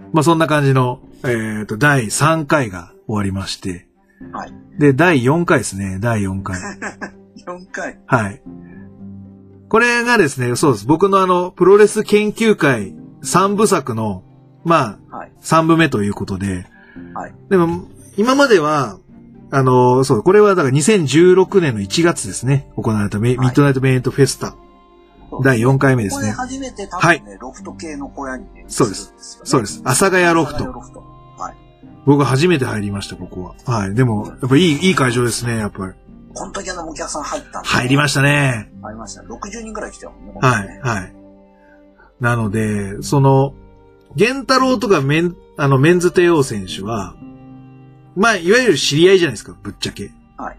まあそんな感じの、第3回が終わりまして。 はい。 で、第4回ですね。第4回。 4回。 はい。これがですね、そうです。僕のプロレス研究会3部作の、まあ、はい、3部目ということで。 はい。 でも、今までは、そう、これはだから2016年の1月ですね。行われたミッドナイトメイントフェスタ。第4回目ですね。 これ初めて多分ね、はい、ロフト系の小屋にね、 そうです。そうです。阿佐ヶ谷ロフト。 はい。 僕初めて入りました、ここは。はい。でも、やっぱいい会場ですね、やっぱり。 この時お客さん入ったんで、 入りましたね。 入りました。60人くらい来てたもんね。 はい、はい。なので、源太郎とかメンズ帝王選手は、まあ、いわゆる知り合いじゃないですか、ぶっちゃけ。 はい。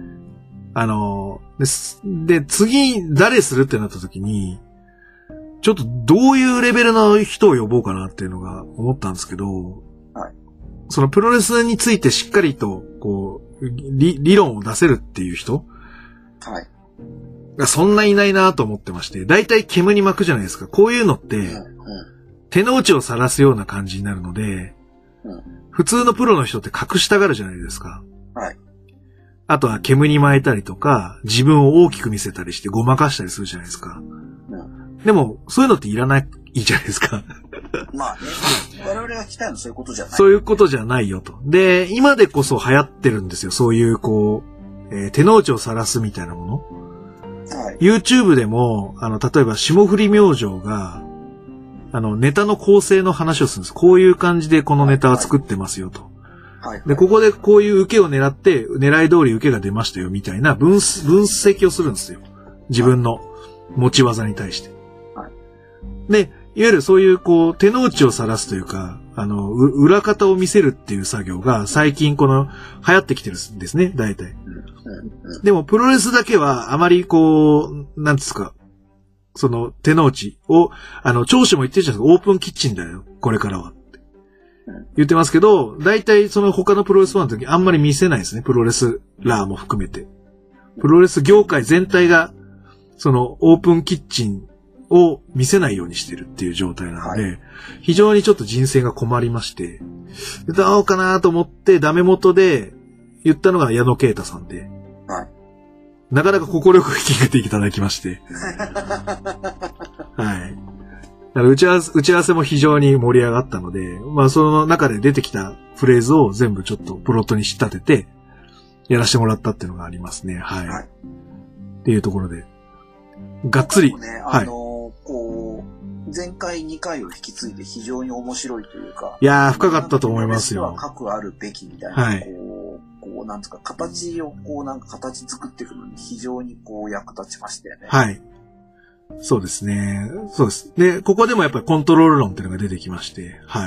で、次、誰するってなった時に、ちょっとどういうレベルの人を呼ぼうかなっていうのが思ったんですけど、 はい。 そのプロレスについてしっかりと、こう、理論を出せるっていう人はい。 がそんないないなと思ってまして、だいたい煙に巻くじゃないですか。こういうのって、手の内を晒すような感じになるので、普通のプロの人って隠したがるじゃないですか。 はい。 あとは煙に巻いたりとか、自分を大きく見せたりしてごまかしたりするじゃないですか。でも、そういうのっていらないじゃないですか。 まあね、我々が聞きたいのはそういうことじゃない。 そういうことじゃないよと。で、今でこそ流行ってるんですよ。そういうこう、手の内を晒すみたいなもの。はい。YouTube でも、例えば霜降り明星が、ネタの構成の話をするんです。こういう感じでこのネタは作ってますよと。 はい。 で、ここでこういう受けを狙って、狙い通り受けが出ましたよみたいな分析をするんですよ。自分の持ち技に対して。 はい。 で、いわゆるそういうこう、手の内を晒すというか、裏方を見せるっていう作業が最近流行ってきてるんですね、大体。でも、プロレスだけはあまりこう、なんですか、その手の内を、長州も言ってるじゃないですか、オープンキッチンだよ、これからは。って言ってますけど、大体その他のプロレスファンの時あんまり見せないですね、プロレスラーも含めて。プロレス業界全体が、そのオープンキッチンを見せないようにしてるっていう状態なので、はい、非常にちょっと人生が困りまして、どうかなと思ってダメ元で言ったのが矢野啓太さんで、 はい、 なかなか快く聞いていただきまして、はい。打ち合わせも非常に盛り上がったので、まあその中で出てきたフレーズを全部ちょっとプロットに仕立てて、やらせてもらったっていうのがありますね。はい。はい、っていうところで、がっつり。 ね、はい。前回2回を引き継いで非常に面白いというか。 いやー、深かったと思いますよ。 は核あるべきみたいな。はい。なんですか、形を形作っていくのに非常に役立ちましたよね。 はい。そうですね。そうです。で、ここでもやっぱりコントロール論っていうのが出てきまして、はい。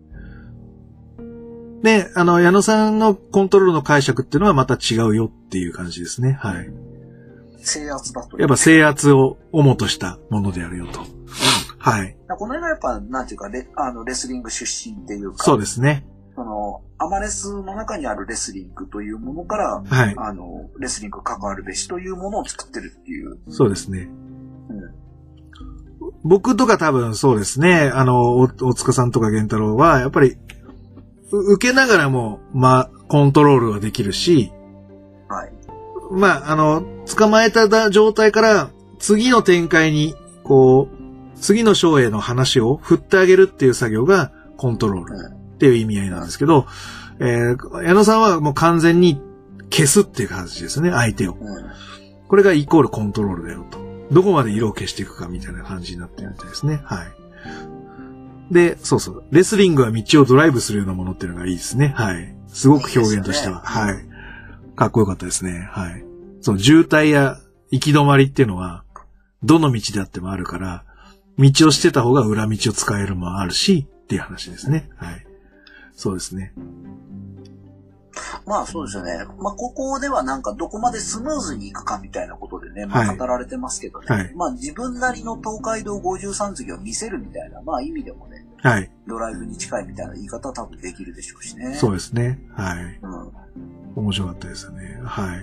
で、矢野さんのコントロールの解釈っていうのはまた違うよっていう感じですね。はい。 制圧だと。 やっぱ制圧を主としたものであるよと。はい。 この辺がやっぱ、なんていうか、レスリング出身っていうか。 そうですね。 アマレスの中にあるレスリングというものから、 はい。 レスリング関わるべしというものを作ってるっていう。 そうですね。うん。僕とか多分そうですね。大塚さんとか源太郎は、やっぱり、受けながらも、コントロールはできるし、 はい。 捕まえた状態から、次の展開に、次の章への話を振ってあげるっていう作業がコントロールっていう意味合いなんですけど、矢野さんはもう完全に消すっていう感じですね、相手を。これがイコールコントロールだよと。どこまで色を消していくかみたいな感じになってるみたいですね。はい。で、そうそう。レスリングは道をドライブするようなものっていうのがいいですね。はい。すごく表現としては。はい。かっこよかったですね。はい。渋滞や行き止まりっていうのは、どの道であってもあるから、道をしてた方が裏道を使えるもあるし、っていう話ですね。はい。そうですね。 まあそうですよね。ここではどこまでスムーズにいくかみたいなことでね、語られてますけどね。はい、自分なりの東海道53次を見せるみたいな、意味でもね。 はい。 ドライブに近いみたいな言い方は多分できるでしょうしね。 そうですね。はい。面白かったですよね。はい。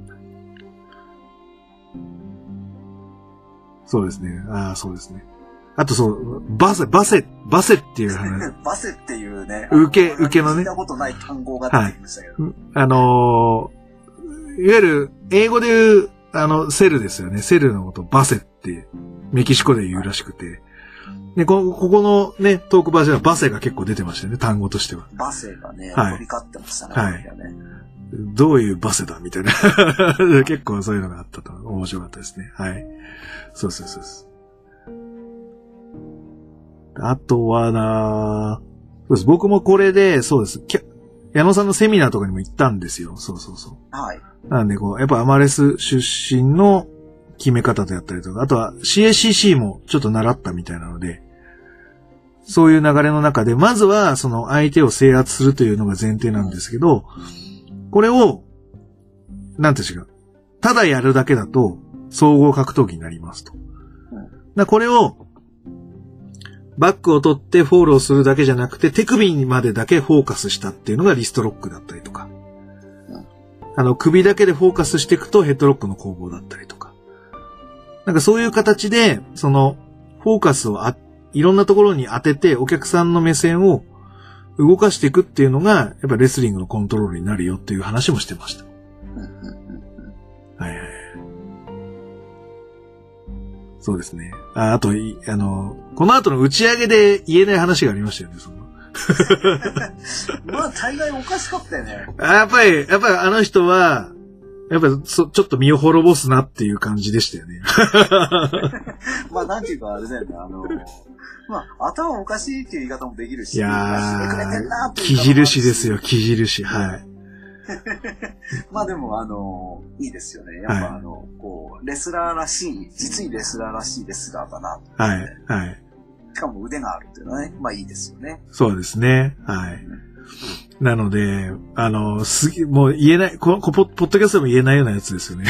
そうですね。そうですね。 あとそう、バセっていう話。 バセっていうね。 受けのね。 聞いたことない単語が出てきましたけど。 はい、いわゆる、英語で言う、セルですよね。セルのことバセって、メキシコで言うらしくて。で、ここのね、トークバージョンはバセが結構出てましたよね、単語としては。 バセがね、 はい、 飛び交ってましたね。 はい。どういうバセだみたいな。結構そういうのがあったと、面白かったですね。はい。そうです。あとはそうです。僕もこれで、そうです。矢野さんのセミナーとかにも行ったんですよ。そう。はい。なんでやっぱアマレス出身の決め方であったりとか、あとは CACC もちょっと習ったみたいなので、そういう流れの中で、まずはその相手を制圧するというのが前提なんですけど、これを、なんていうか、ただやるだけだと、総合格闘技になりますと。これを、バックを取ってフォールをするだけじゃなくて、手首までだけフォーカスしたっていうのがリストロックだったりとか、首だけでフォーカスしていくとヘッドロックの攻防だったりとか。なんかそういう形で、その、フォーカスをいろんなところに当てて、お客さんの目線を動かしていくっていうのが、やっぱレスリングのコントロールになるよっていう話もしてました。はい。そうですね。あと、この後の打ち上げで言えない話がありましたよね、 まあ、大概おかしかったよね。 やっぱりあの人は、やっぱりちょっと身を滅ぼすなっていう感じでしたよね。 まあ、なんていうかあれだよね、まあ、頭おかしいっていう言い方もできるし。 いやー、木印ですよ、木印、はい。 まあでも、いいですよね。やっぱレスラーらしい、実にレスラーらしいレスラーだな、 はい、はい。 しかも腕があるっていうのはね、まあいいですよね。 そうですね、はい。なので、もう言えない、ポッドキャストでも言えないようなやつですよね。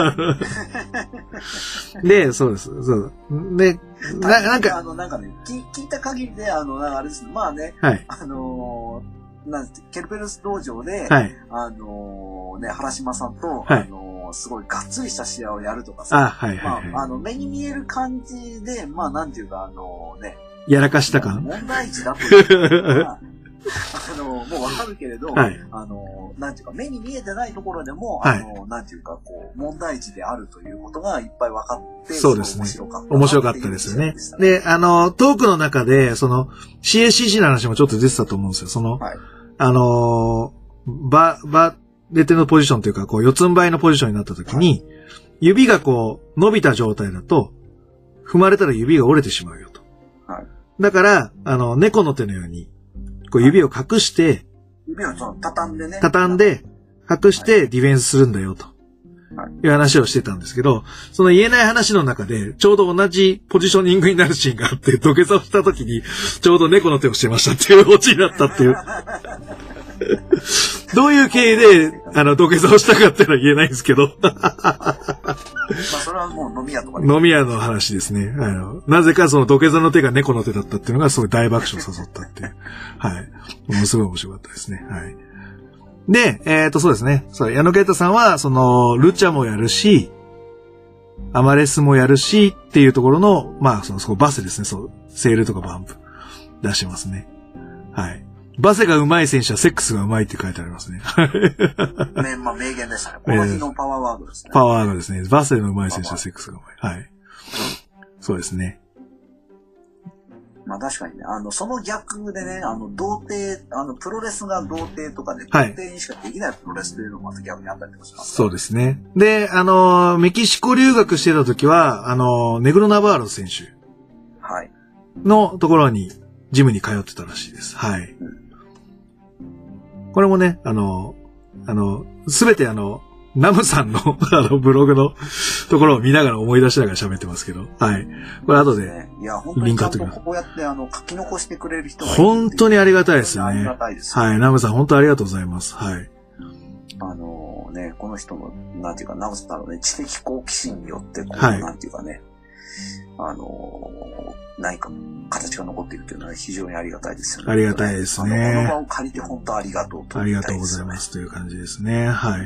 で、そうです。そう。で、なんかね、聞いた限りで、あれですね、まあね、 はい。 ケルベルス道場で、 はい。 原島さんと、 はい、 すごいがっつりした試合をやるとかさ、 はい、はい。 まあ、目に見える感じで、まあ、なんていうか、 やらかした感問題児だというのは、もうわかるけれど、 はい、 なんていうか、目に見えてないところでも、 はい、 なんていうか、問題児であるということがいっぱい分かって、 そうですね。面白かったですよね。 で、 トークの中で、CACC の話もちょっと出てたと思うんですよ。はい、バレテのポジションというか、四つん這いのポジションになった時に、はい、指が伸びた状態だと、踏まれたら指が折れてしまうよと。はい、だから、猫の手のように、指を隠して、 指を畳んでね。 畳んで、隠してディフェンスするんだよと。いう話をしてたんですけど、その言えない話の中で、ちょうど同じポジショニングになるシーンがあって、土下座をした時に、ちょうど猫の手をしてましたっていうオチになったっていう。どういう経緯で、土下座をしたかっていうのは言えないんですけど。 まあ、それはもう飲み屋とかで。 飲み屋の話ですね。なぜかその土下座の手が猫の手だったっていうのがすごい大爆笑を誘ったっていう。はい。ものすごい面白かったですね。はい。で、そうですね。矢野啓太さんは、ルチャもやるし、アマレスもやるし、っていうところの、まあ、バセですね。セールとかバンプ出してますね。はい。バセが上手い選手はセックスが上手いって書いてありますね。 まあ、名言でしたね。この日のパワーワードですね。 パワーワードですね。バセの上手い選手はセックスが上手い。はい。そうですね。 まあ確かにね、その逆でね、童貞、プロレスが童貞とかで、 はい、 童貞にしかできないプロレスというのもまた逆にあったりとかします、ね。 そうですね。で、メキシコ留学してた時は、ネグロナバーロ選手。 はい。 のところに、ジムに通ってたらしいです。はい。これもね、すべてナムさんの、ブログのところを見ながら思い出しながら喋ってますけど。はい。これ後で、 いや、本当にちゃんとこうやって書き残してくれる人がいる。 本当にありがたいですよね。 ありがたいです、 ね。はい。ナムさん本当ありがとうございます。はい。 ね、この人の、なんていうか、ナムさんのね、知的好奇心によって、 はい、 なんていうかね、何か形が残っているというのは非常にありがたいですよね。 ありがたいですね。 この場を借りて本当ありがとうと、 ありがとうございますという感じですね。はい。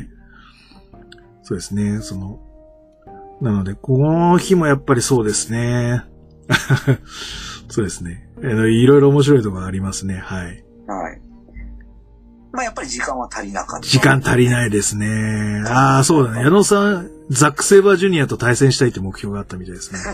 そうですね。なので、この日もやっぱりそうですね。 そうですね。いろいろ面白いところありますね。はい。 はい。まあやっぱり時間は足りなかった。 時間足りないですね。ああ、そうだね。矢野さん、ザック・セイバージュニアと対戦したいって目標があったみたいですね。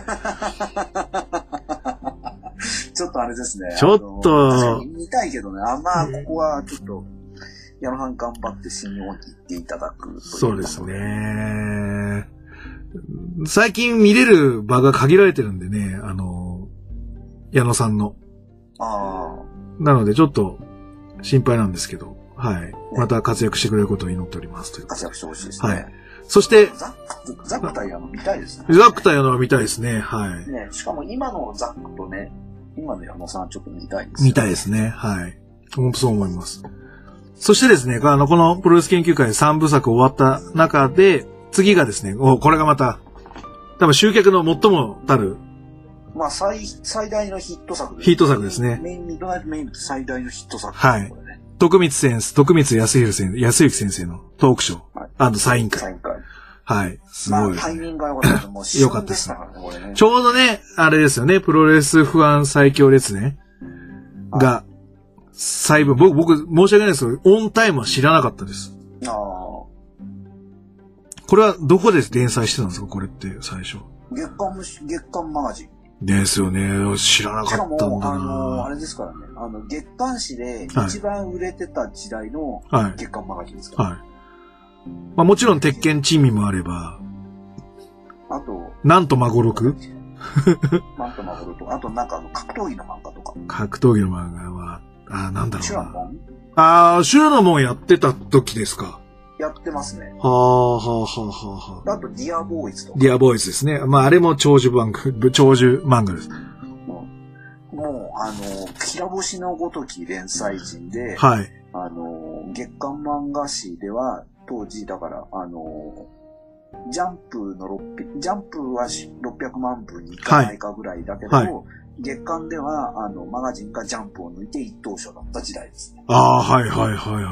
ちょっとあれですね。 ちょっと。 見たいけどね。まあここはちょっと、矢野さん頑張って新日本に行っていただくという。 そうですね。最近見れる場が限られてるんでね、矢野さんの。なのでちょっと心配なんですけど、はい。また活躍してくれることを祈っておりますという。 活躍してほしいですね。はい。 そして、 ザック対見たいですね。 ザック対矢野は見たいですね。はい。 ね、しかも今のザックとね、今の矢野さんちょっと見たいですね。 見たいですね。はい。本当そう思います。そしてですね、このプロレス研究会3部作終わった中で、次がですね、これがまた、多分集客の最もたる。 まあ、最大のヒット作ですね。 ヒット作ですね。 ミッドナイトメインって最大のヒット作ですね。はい。徳光康之先生のトークショー、サイン会。はい。すごい、ね。 まあ、タイミングが良かったです。もう良かったですね。 ちょうどね、あれですよね、プロレス不安最強列ね。が、細部、僕、申し訳ないですけど、オンタイムは知らなかったです。これはどこで連載してたんですか、これって最初。 月刊マガジン。 ですよね。知らなかったんだな。 あれですからね。月刊誌で一番売れてた時代の月刊マガジンですから、ね。はい。 まあもちろん鉄拳珍味もあれば。 あと。 なんとまごろくなんとまごろく。あとなんか格闘技の漫画とか。 格闘技の漫画は、なんだろうな。 シュラモン？ シュラモンやってた時ですか。 やってますね。 はあ。 あと、ディアボーイズとか。 ディアボーイズですね。まあ、あれも長寿漫画です。 もう、きら星のごとき連載陣で、 はい。 月刊漫画誌では、当時、だから、ジャンプは600万部にいかないかぐらいだけど、はい、月刊では、マガジンがジャンプを抜いて一等賞だった時代ですね。 はい。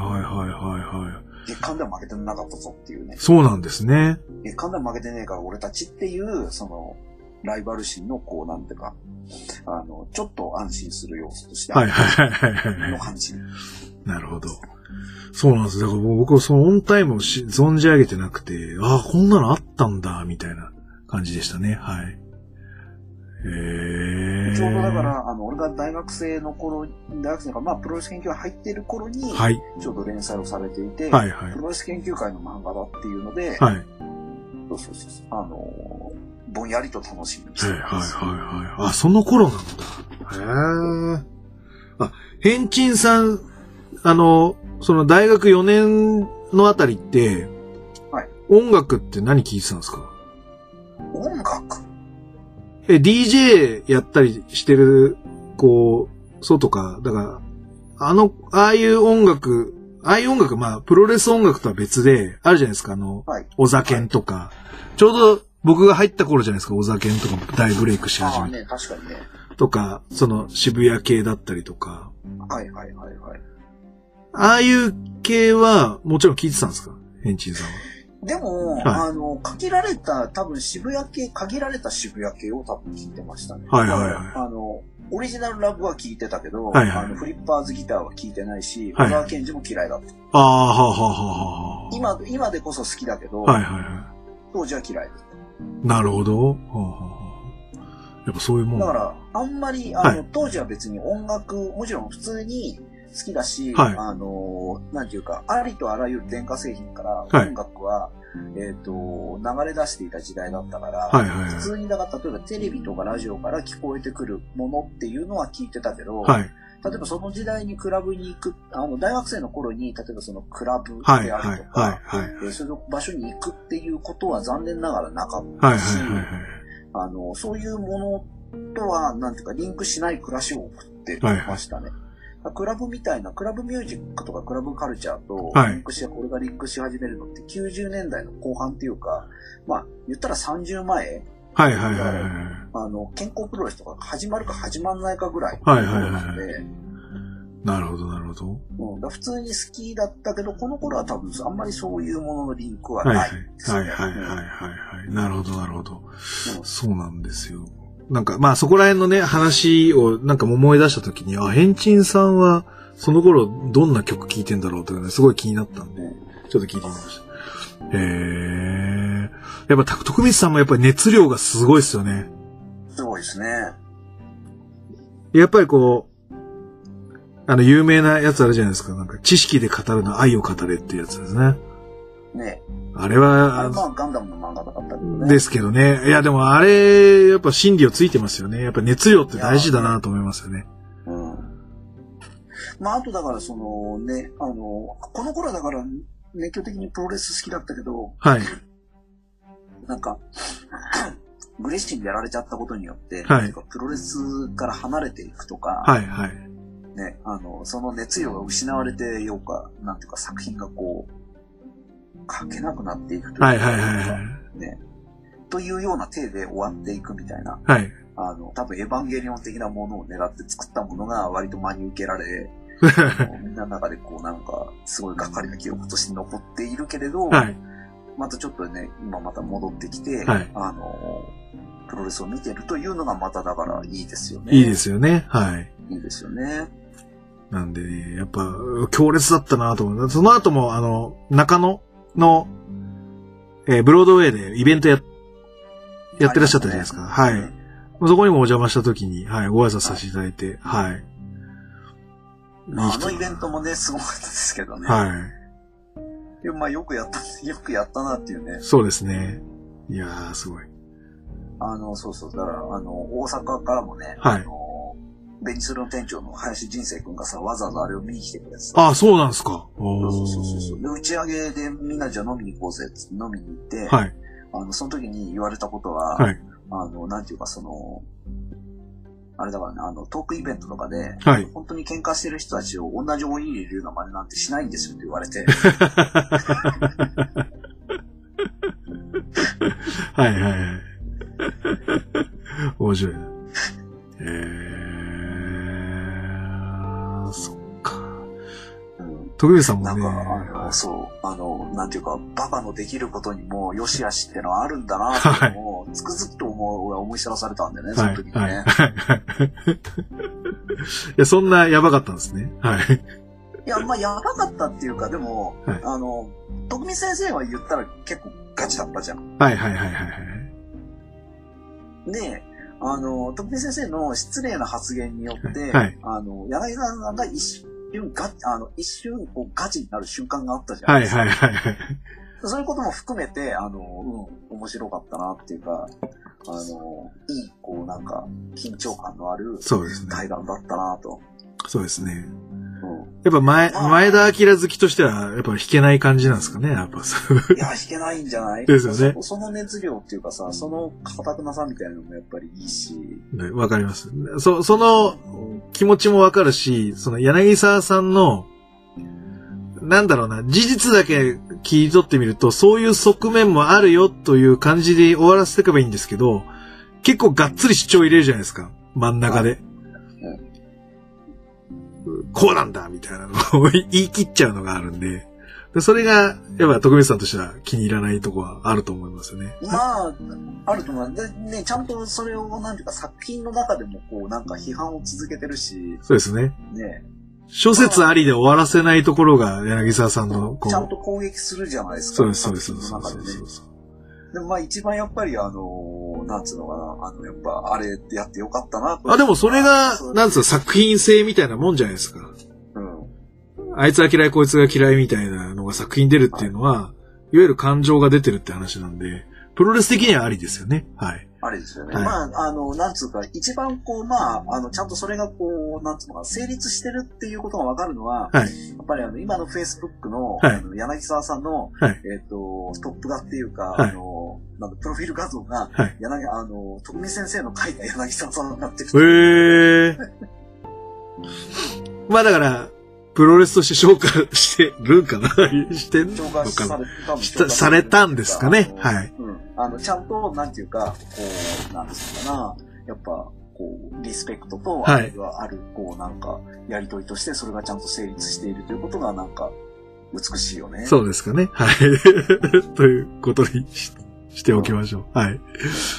月刊では負けてなかったぞっていうね。 そうなんですね。 月刊では負けてねえから俺たちっていう、ライバル心のなんていうか、ちょっと安心する要素としての感じ。 なるほど。そうなんです。だから僕はそのオンタイムを存じ上げてなくて、こんなのあったんだ、みたいな感じでしたね。はい。 ちょうどだから、俺が大学生の頃、まあ、プロレス研究が入っている頃に、はい、ちょうど連載をされていて、はいはい、プロレス研究会の漫画だっていうので、はい、ぼんやりと楽しみにしてます。 はい。その頃なんだ。変珍さん、その大学4年のあたりって、はい、音楽って何聴いてたんですか？ 音楽 DJ やったりしてる、そうとか、だから、ああいう音楽、まあ、プロレス音楽とは別で、あるじゃないですか、はい、お酒とか、はい、ちょうど僕が入った頃じゃないですか、お酒とかも大ブレイクし始めて。 ね、確かにね。 とか、渋谷系だったりとか。 はい。 ああいう系は、もちろん聞いてたんですか？ヘンチンさんは。 でも、はい、限られた渋谷系を多分聞いてましたね。はい。オリジナルラブは聞いてたけど、はいはい、フリッパーズギターは聞いてないし、小沢健二も嫌いだった。今でこそ好きだけど、当時は嫌いです。 なるほど。やっぱそういうもんだから、あんまり、当時は別に音楽、もちろん普通に好きだし、なんていうか、ありとあらゆる電化製品から音楽は、流れ出していた時代だったから、普通にだから例えばテレビとかラジオから聞こえてくるものっていうのは聞いてたけど、例えばその時代にクラブに行く、大学生の頃に、例えばそのクラブであるとか、そういう場所に行くっていうことは残念ながらなかったし、そういうものとは、なんていうか、リンクしない暮らしを送ってましたね。クラブみたいな、クラブミュージックとかクラブカルチャーとリンクこれがリンクし始めるのって90年代の後半っていうか、まあ、言ったら30前。健康プロレスとか始まるか始まんないかぐらいの頃なんで。 なるほど。 だ普通に好きだったけど、この頃は多分あんまりそういうもののリンクはないですね。 なるほど。そうなんですよ。 なんか、まあそこら辺のね、話をなんか思い出したときに、ヘンチンさんは、その頃どんな曲聴いてんだろうとかね、すごい気になったんで、ちょっと聞いてみました。やっぱ徳光さんもやっぱり熱量がすごいですよね。 すごいですね。 やっぱりこう、有名なやつあるじゃないですか。なんか、知識で語るの愛を語れっていうやつですね。 ね。 あれは、 まあガンダムの漫画だったけどね。 ですけどね。いや、でもあれ、やっぱ真理をついてますよね。やっぱ熱量って大事だなと思いますよね。 まあ、あとだからそのね、この頃だから熱狂的にプロレス好きだったけど、 はい。 なんか、グレッシンでやられちゃったことによって、 はい。 プロレスから離れていくとか、 はい、はい。 ね、その熱量が失われてようか、なんていうか作品がこう、書けなくなっていくというか、 はいはいはいはい。 ね、というような体で終わっていくみたいな、 はい。 多分エヴァンゲリオン的なものを狙って作ったものが割と真に受けられ、みんなの中でこうなんか、すごいがかりな記憶として残っているけれど、 はい。 またちょっとね、今また戻ってきて、 はい。 プロレスを見てるというのがまただからいいですよね。 いいですよね。はい。 いいですよね。 なんでね、やっぱ、強烈だったなと思う。その後も、中野の、ブロードウェイでイベントやってらっしゃったじゃないですか。はい。そこにもお邪魔した時に、はい、ご挨拶させていただいて、はい。 イベントもね、すごかったですけどね。 はい。 でもまあよくやったなっていうね。 そうですね。いやー、すごい。 そうそう。だから、大阪からもね、 はい。 ベニスルの店長の林人生くんがさ、わざわざあれを見に来てくれてた。あ、そうなんですか。 そう。で、打ち上げでみんなじゃあ飲みに行こうぜって飲みに行って、 はい。 その時に言われたことは、 はい。 なんていうかあれだからね、トークイベントとかで、 はい。 本当に喧嘩してる人たちを同じ檻に入れるような真似なんてしないんですよって言われて。 はいはいはい。面白いな。そっか。徳光さんもね。 なんか、そう、なんていうか、バカのできることにも良し悪しってのはあるんだなっていうのを、つくづくと思い知らされたんだよね、その時にね。 いや、そんなやばかったんですね。はい。 いや、まあ、やばかったっていうか、でも、はい、徳光先生は言ったら結構ガチだったじゃん。 はい。 で、徳光先生の失礼な発言によって、 はい、 柳沢さんが一瞬こうガチになる瞬間があったじゃないですか。はい。そういうことも含めて、面白かったなっていうか、いい、こうなんか、緊張感のある対談だったなと。 そうですね。やっぱ前田明好きとしては、やっぱ弾けない感じなんですかね、やっぱ。 いや、弾けないんじゃないですよね。 その熱量っていうかさ、その固くなさみたいなのもやっぱりいいし。 わかります。その気持ちもわかるし、その柳沢さんの、なんだろうな、事実だけ切り取ってみると、そういう側面もあるよという感じで終わらせていけばいいんですけど、結構がっつり主張入れるじゃないですか、真ん中で。こうなんだみたいなのを言い切っちゃうのがあるんで、それが、やっぱ徳光さんとしては気に入らないとこはあると思いますよね。 まあ、あると思う。で、ね、ちゃんとそれを、なんていうか作品の中でもこう、なんか批判を続けてるし。 そうですね。 ね。 諸説ありで終わらせないところが柳沢さんのこう。ちゃんと攻撃するじゃないですか。 そうです。 でもまあ一番やっぱりなんつうのかな、やっぱあれやってよかったなと。 でもそれが、なんつうの、作品性みたいなもんじゃないですか。あいつは嫌い、こいつが嫌いみたいなのが作品出るっていうのは、いわゆる感情が出てるって話なんで、プロレス的にはありですよね。はい。 ありですよね。はい、まあ、なんつうか、一番こう、まあ、ちゃんとそれがこう、なんつうのか、成立してるっていうことがわかるのは、はい、やっぱり今の Facebook の、はい、柳沢さんの、はい、トップ画っていうか、はい、プロフィール画像が、はい、徳光先生の書いた柳沢さんになってる。 まあだから、プロレスとして消化してるかなしてんのかなされたんですかね。はい。 ちゃんと、なんていうか、こう、なんですかな、やっぱ、こう、リスペクトと、 はい、 ある、こう、なんか、やりとりとして、それがちゃんと成立しているということが、なんか、美しいよね。 そうですかね。はい。ということにしておきましょう。はい。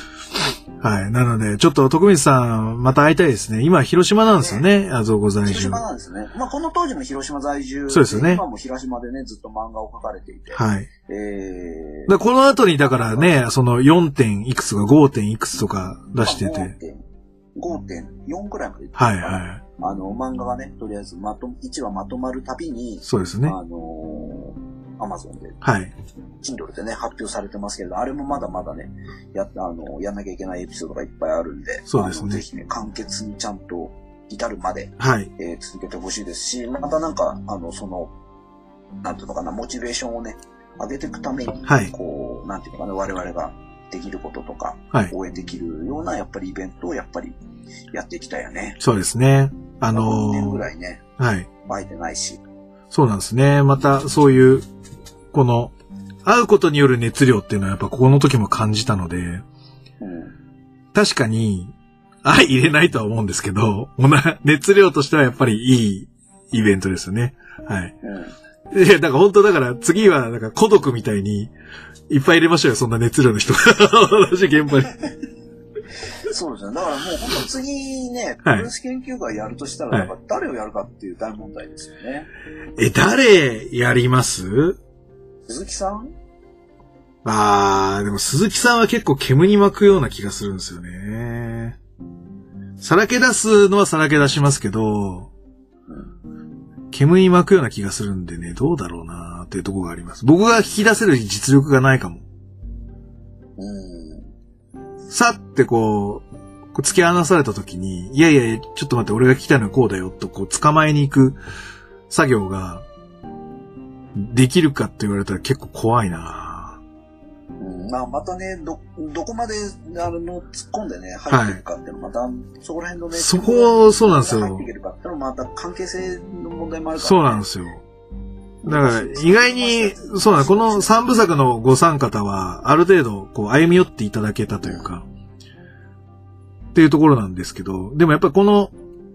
はい。なので、ちょっと徳光さん、また会いたいですね。今、広島なんですよね、あぞご在住。 広島なんですね。まあ、この当時も広島在住。 そうですよね。 今も広島でね、ずっと漫画を描かれていて。 はい。この後に、だからね、その4点いくつか 5 点いくつとか出してて。 5.4 くらいまで。 はいはい。 漫画がね、とりあえず1話まとまるたびに、 そうですね。 アマゾンで、 はい。 Kindle でね、発表されてますけれど、あれもまだまだね、やんなきゃいけないエピソードがいっぱいあるんで、 そうですね。 ぜひね、完結にちゃんと至るまで、 はい。 続けてほしいですし、またなんか、なんていうのかな、モチベーションをね、上げていくために、 はい。 こう、なんていうのかな、我々ができることとか、 はい。 応援できるような、やっぱりイベントをやっぱりやっていきたいよね。 そうですね。 2年ぐらいね、 はい。 会えてないし。 そうなんですね。また、そういう、この、会うことによる熱量っていうのはやっぱここの時も感じたので、うん、確かに、相入れないとは思うんですけど、熱量としてはやっぱりいいイベントですよね。はい。いや、だから本当だから次はなんか孤独みたいにいっぱい入れましょうよ、そんな熱量の人が。同じ現場に。 そうですね。だからもう本当次ね、プロレス研究会やるとしたら、なんか誰をやるかっていう大問題ですよね。 誰やります？ 鈴木さん？ でも鈴木さんは結構煙に巻くような気がするんですよね。さらけ出すのはさらけ出しますけど、煙に巻くような気がするんでね、どうだろうなーっていうところがあります。僕が引き出せる実力がないかも。さってこう突き放された時に、いやいや、ちょっと待って、俺が聞きたいのはこうだよと、こう捕まえに行く作業ができるかって言われたら結構怖いな。 まあ、またね、どこまで、突っ込んでね、入っていくかっていうのは、また、そこら辺のね、 そうなんですよ。 入っていけるかっていうのは、また関係性の問題もあるから、ね。 そうなんですよ。だから、意外に、そうなの、この3部作のご参方は、ある程度、こう、歩み寄っていただけたというか、っていうところなんですけど、でもやっぱりこの、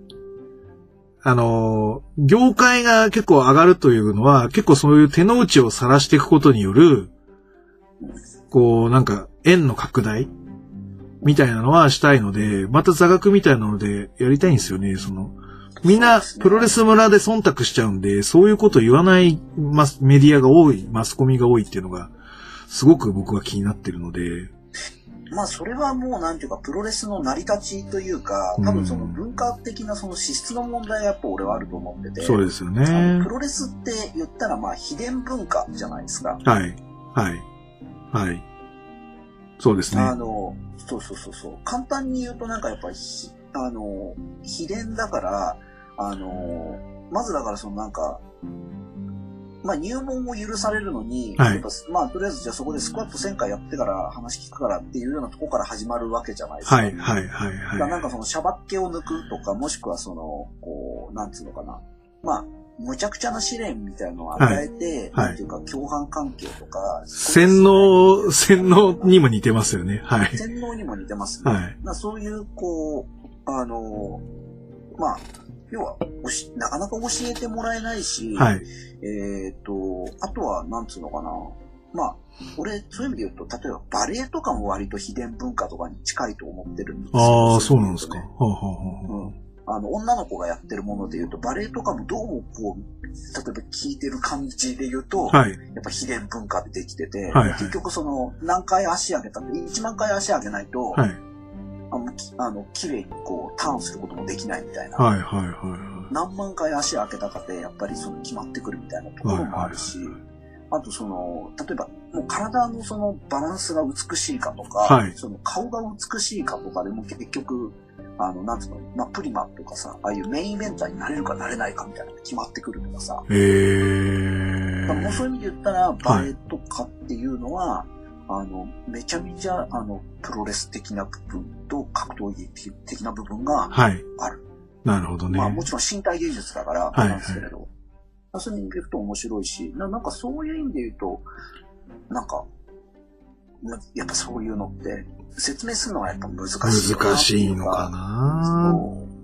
業界が結構上がるというのは、結構そういう手の内を晒していくことによる、こう、なんか、円の拡大みたいなのはしたいので、また座学みたいなのでやりたいんですよね、みんな、プロレス村で忖度しちゃうんで、そういうこと言わないメディアが多い、マスコミが多いっていうのが、すごく僕は気になってるので。 まあ、それはもう、なんていうか、プロレスの成り立ちというか、多分その文化的なその資質の問題がやっぱ俺はあると思ってて。 そうですよね。 プロレスって言ったら、まあ、秘伝文化じゃないですか。 はい。はい。はい。そうですね。 そう。簡単に言うとなんかやっぱり、秘伝だから、まずだからそのなんか、まあ入門を許されるのに、 はい、 やっぱまあとりあえずじゃあそこでスクワット1000回やってから話聞くからっていうようなとこから始まるわけじゃないですか。 はい。 なんかそのシャバっ気を抜くとか、もしくはその、こう、なんつうのかな。まあ、むちゃくちゃな試練みたいなのを与えて、なんていうか共犯関係とか。 洗脳にも似てますよね。はい。 洗脳にも似てますね。はい。そういう、こう、まあ、要は、なかなか教えてもらえないし、 はい。 あとは、なんつうのかな。まあ、俺、そういう意味で言うと、例えばバレエとかも割と秘伝文化とかに近いと思ってるんですよ。 ああ、そうなんですか。 女の子がやってるもので言うと、バレエとかもどうもこう、例えば聞いてる感じで言うと、はい、やっぱ秘伝文化でできてて、結局その、何回足上げたって、1万回足上げないと、はい、綺麗にこう、ターンすることもできないみたいな。何万回足上げたかで、やっぱりその決まってくるみたいなところもあるし、あとその、例えば、もう体のそのバランスが美しいかとか、はい、その顔が美しいかとかでも結局、なんつうの、まあ、プリマとかさ、ああいうメインイベンターになれるかなれないかみたいなのが決まってくるとかさ。もうそういう意味で言ったら、バレエとかっていうのは、めちゃめちゃ、プロレス的な部分と格闘技的な部分がある。はい、 なるほどね。 まあもちろん身体芸術だから、なんですけれど。そういう意味で言うと面白いし、なんかそういう意味で言うと、なんか、やっぱそういうのって、説明するのはやっぱ難しい。 難しいのかな。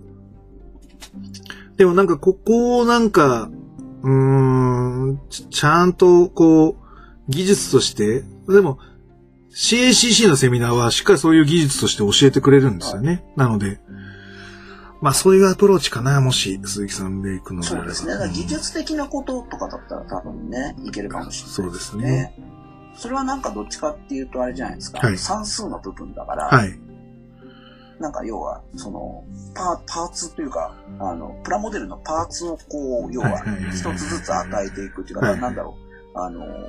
でもなんかここをなんか、ちゃんとこう、技術として、でも、 CACC のセミナーはしっかりそういう技術として教えてくれるんですよね。なので、まあそういうアプローチかな、もし鈴木さんで行くのであれば。 そうですね。だから技術的なこととかだったら多分ね、いけるかもしれない、 そうですね。 それはなんかどっちかっていうとあれじゃないですか。 はい、 算数の部分だから、 はい、 なんか要は、その、パーツというか、プラモデルのパーツをこう、要は、一つずつ与えていくっていうか、はい、なんだろう、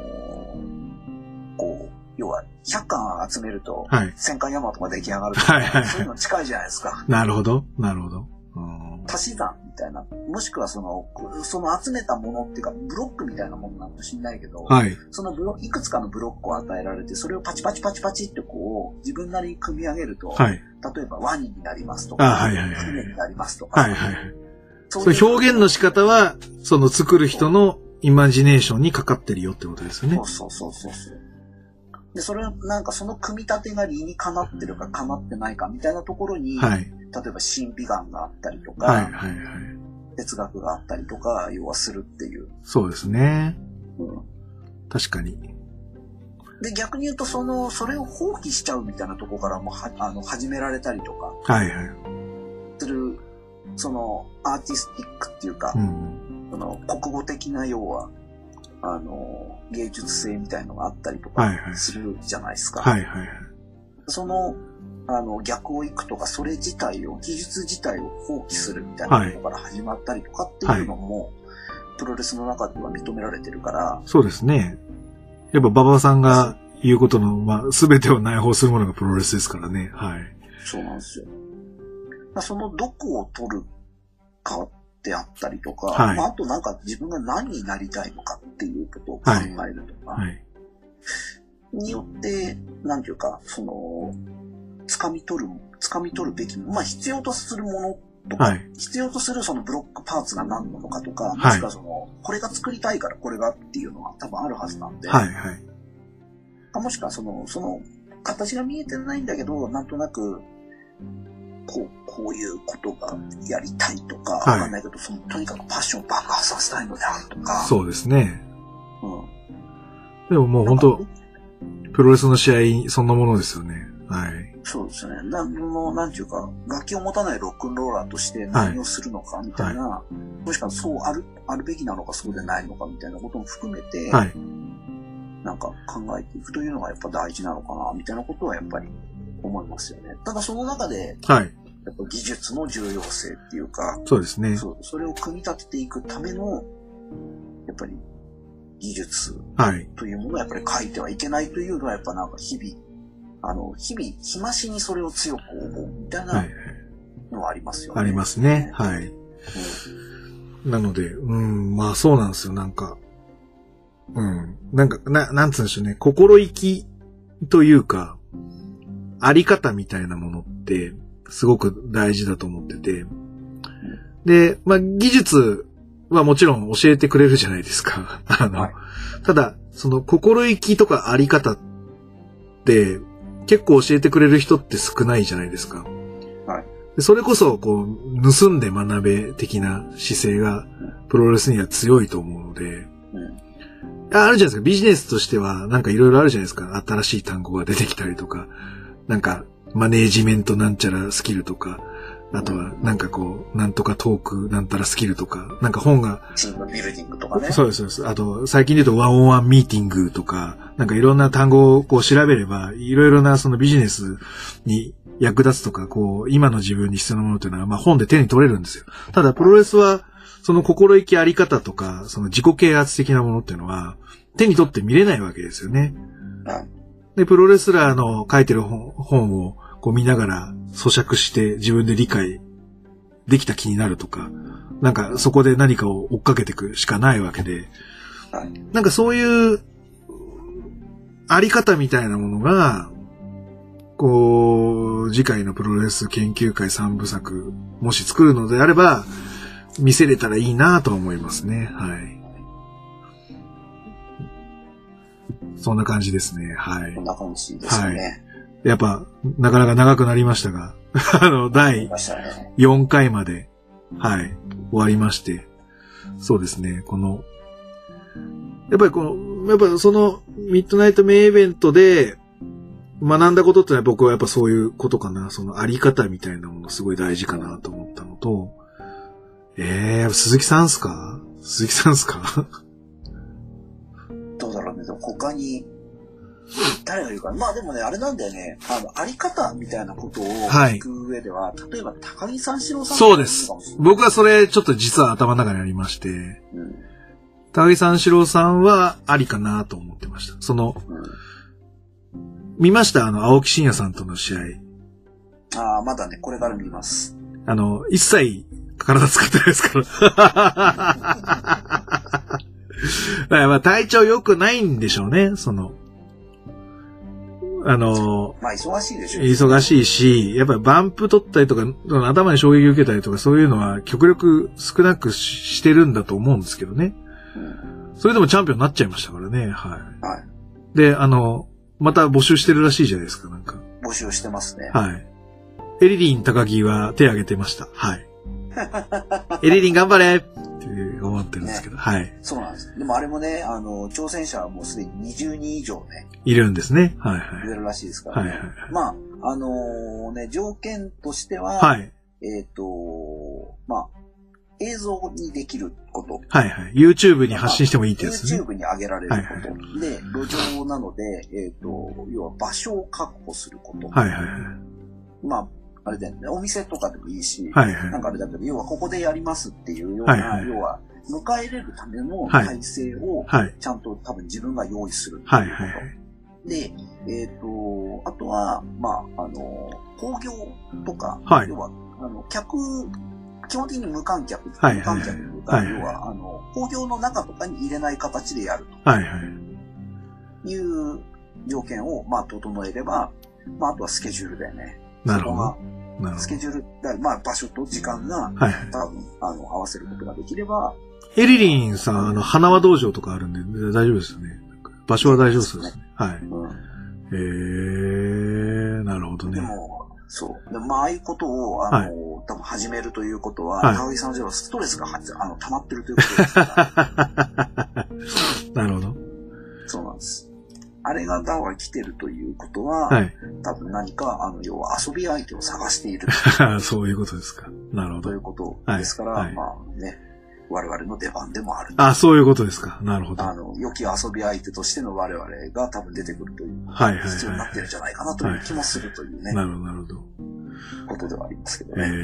こう、要は、100巻集めると、1000巻ヤマトが出来上がるとか、はいはい、そういうの近いじゃないですか。 なるほど、なるほど。 足し算みたいな。もしくはその集めたものっていうか、ブロックみたいなものなんか知んないけど、はい、そのいくつかのブロックを与えられて、それをパチパチパチパチってこう、自分なりに組み上げると、はい、例えばワニになりますとか、はいはいはい、船になりますとか、はいはい、 そういう表現の仕方は、その作る人のイマジネーションにかかってるよってことですよね。 そう。で、それはなんかその組み立てが理にかなってるかかなってないかみたいなところに、はい、例えば神秘眼があったりとか、はいはいはい、哲学があったりとか、要はするっていう。 そうですね。確かに。 で、逆に言うとそれを放棄しちゃうみたいなところからも始められたりとか、はいはい、する、そのアーティスティックっていうか、その国語的な要は、芸術性みたいのがあったりとかするじゃないですか。はいはいはい。その、逆を行くとか、それ自体を、技術自体を放棄するみたいなところから始まったりとかっていうのも、はい、プロレスの中では認められてるから。 そうですね。やっぱ馬場さんが言うことの、まあ、全てを内包するものがプロレスですからね。はい。 そうなんですよ。そのどこを取るかであったりとか、はい、まあ、あとなんか自分が何になりたいのかっていうことを考えるとか、はいはい、によって、なんていうか、その、掴み取るべき、まあ必要とするものとか、はい、必要とするそのブロックパーツが何なのかとか、もしくはその、これが作りたいからこれがっていうのは多分あるはずなんで、はいはい、もしくはその形が見えてないんだけど、なんとなく、こういうことがやりたいとか、わかんないけど、とにかくパッションを爆発させたいのであるとか。 そうですね。でももう本当プロレスの試合そんなものですよね。はい。 そうですね。なんていうか、楽器を持たないロックンローラーとして何をするのかみたいな、はい、もしくはそうあるべきなのかそうでないのかみたいなことも含めて、はい、なんか考えていくというのがやっぱ大事なのかな、みたいなことはやっぱり思いますよね。ただその中で、はい。やっぱ技術の重要性っていうか、 そうですね。 それを組み立てていくための、やっぱり技術というものをやっぱり書いてはいけないというのはやっぱなんか日々、日増しにそれを強く思うみたいなのはありますよね。 ありますね。はい。なので、まあそうなんですよ。なんか、なんか、なんつうんでしょうね。心意気というか、あり方みたいなものって、すごく大事だと思ってて。で、まあ、技術はもちろん教えてくれるじゃないですか。はい、ただ、その心意気とかあり方って、結構教えてくれる人って少ないじゃないですか。はい。でそれこそ、こう、盗んで学べ的な姿勢が、プロレスには強いと思うので、あるじゃないですか。ビジネスとしては、なんかいろいろあるじゃないですか。新しい単語が出てきたりとか、なんか、マネージメントなんちゃらスキルとか、あとは、なんかこう、なんとかトークなんたらスキルとか、なんか本が。 チームビルディングとかね。 そうです、そうです。あと、最近で言うとワンオンワンミーティングとか、なんかいろんな単語をこう調べれば、いろいろなそのビジネスに役立つとか、こう、今の自分に必要なものというのは、まあ本で手に取れるんですよ。ただ、プロレスは、その心意気あり方とか、その自己啓発的なものっていうのは、手に取って見れないわけですよね。で、プロレスラーの書いてる本をこう見ながら咀嚼して自分で理解できた気になるとか、なんかそこで何かを追っかけていくしかないわけで、なんかそういうあり方みたいなものが、こう、次回のプロレス研究会3部作、もし作るのであれば、見せれたらいいなと思いますね。はい。そんな感じですね。はい。 こんな感じですよね。はい。 やっぱ、なかなか長くなりましたが、第4回まで、はい、終わりまして、そうですね、やっぱりその、ミッドナイトメインイベントで、 学んだことってのは僕はやっぱそういうことかな。そのあり方みたいなものすごい大事かなと思ったのと、鈴木さんっすかどうだろうね。でも他に、誰が言うかな。まあでもね、あれなんだよね。あり方みたいなことを聞く上では、例えば高木三四郎さんそうです。僕はそれちょっと実は頭の中にありまして、高木三四郎さんはありかなと思ってました。見ました青木真也さんとの試合。まだね、これから見ます。 一切体使ってないですから。まあ体調良くないんでしょうね、 まあ忙しいでしょ。 忙しいし、やっぱりバンプ取ったりとか、頭に衝撃受けたりとかそういうのは極力少なくしてるんだと思うんですけどね。それでもチャンピオンになっちゃいましたからね、はい。で、また募集してるらしいじゃないですか、なんか。 募集してますね。 はい。エリリン高木は手挙げてました。はい。エリリン頑張れって思ってるんですけど、はい。 そうなんです。でもあれもね、挑戦者はもうすでに20人以上ね。 いるんですね。はいはい。 いるらしいですからね。はいはい。まあ、条件としては、 はい。 まあ、映像にできること。 はいはい。YouTube に発信してもいいってやつね。 YouTube に上げられること。はいはい、で、路上なので、要は場所を確保すること。 はいはいはい。 まあ、あれだよね、お店とかでもいいし、 はいはい、 なんかあれだけど、要はここでやりますっていうような、はいはい、要は、迎え入れるための体制を、ちゃんと多分自分が用意するっていうこと。はいはいはい、で、あとは、まあ、興行とか、はい、要は、基本的に無観客、はいはいはい、無観客とか、はいはい、要は、興行の中とかに入れない形でやると。はいはい。いう条件を、まあ、整えれば、まあ、あとはスケジュールだよね。 なるほど。 スケジュール、まあ、場所と時間が、はい、多分、合わせることができれば。 エリリンさん、花輪道場とかあるんで、大丈夫ですよね。場所は大丈夫ですね。はい。なるほどね。 でも、そう。でもまあ、ああいうことを、はい、多分始めるということは、高木さんのストレスが溜まってるということですから。 なるほど。 そうなんです。あれが来てるということは、はい、多分何か、要は遊び相手を探している。 そういうことですか。なるほど。 ということですから、はい、まあね、我々の出番でもある。 そういうことですか。なるほど。 良き遊び相手としての我々が多分出てくるという、はいはいはい、必要になってるんじゃないかなという気もするというね。 なるほど、なるほど。 ことではありますけどね。